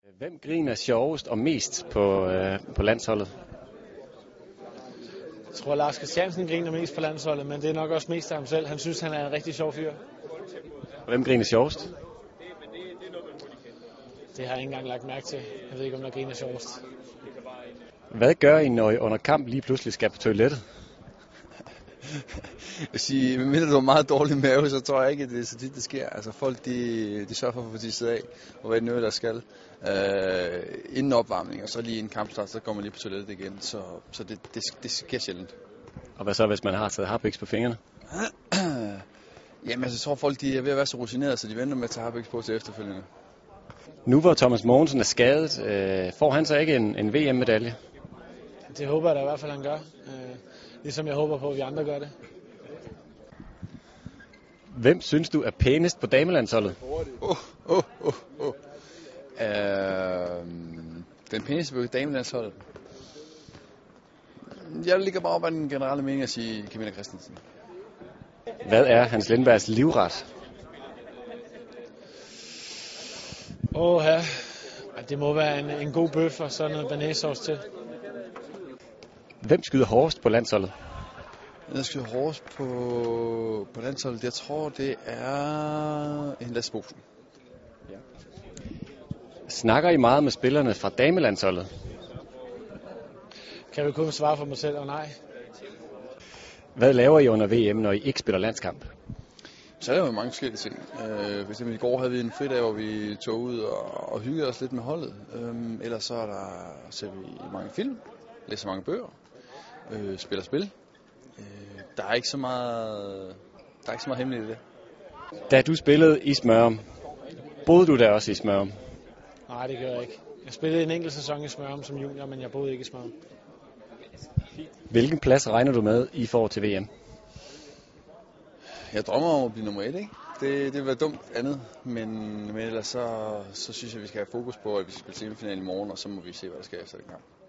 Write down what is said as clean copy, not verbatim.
Hvem griner sjovest og mest på landsholdet? Jeg tror, Lars Christiansen griner mest på landsholdet, men det er nok også mest af ham selv. Han synes, han er en rigtig sjov fyr. Hvem griner sjovest? Det har jeg ikke engang lagt mærke til. Jeg ved ikke, om der griner sjovest. Hvad gør I, når I under kamp lige pludselig skal på toilettet? Medmindre du har meget dårlig mave, så tror jeg ikke, at det er så tit, det sker. Altså folk, de sørger for at få tisset af, og hvad det nu der skal. Inden opvarmning, og så lige en kampstart, så går man lige på toilettet igen. Så det sker sjældent. Og hvad så, hvis man har taget harpiks på fingrene? Jamen, altså, jeg tror folk, de er ved at være så rutinerede, så de venter med at tage harpiks på til efterfølgende. Nu hvor Thomas Mogensen er skadet, får han så ikke en VM-medalje? Det håber jeg da i hvert fald, han gør. Ligesom jeg håber på, at vi andre gør det. Hvem synes du er pænest på damelandsholdet? Den pæneste på damelandsholdet? Jeg ligger bare op af den generelle mening at sige Camilla Christensen. Hvad er Hans Lindbergs livret? Det må være en god bøf og så noget banæssauce til. Hvem skyder hårdest på landsholdet? Jeg skyder hårdest på landsholdet. Jeg tror, det er en Lasse Boesen. Snakker I meget med spillerne fra damelandsholdet? Kan vi kun svare for mig selv og nej. Hvad laver I under VM, når I ikke spiller landskamp? Så laver vi mange forskellige ting. For eksempel i går havde vi en fridag, hvor vi tog ud og hyggede os lidt med holdet. Ellers så ser vi mange film, læser mange bøger, spiller spil. Der er ikke så meget hemmeligt i det. Da du spillede i Smørum, boede du der også i Smørum? Nej, det gør jeg ikke. Jeg spillede en enkelt sæson i Smørum som junior, men jeg boede ikke i Smørum. Hvilken plads regner du med, I får til VM? Jeg drømmer om at blive nummer 1, ikke? Det vil være dumt andet, men ellers så synes jeg, vi skal have fokus på, at vi skal spille semifinal i morgen, og så må vi se, hvad der sker efter den kamp.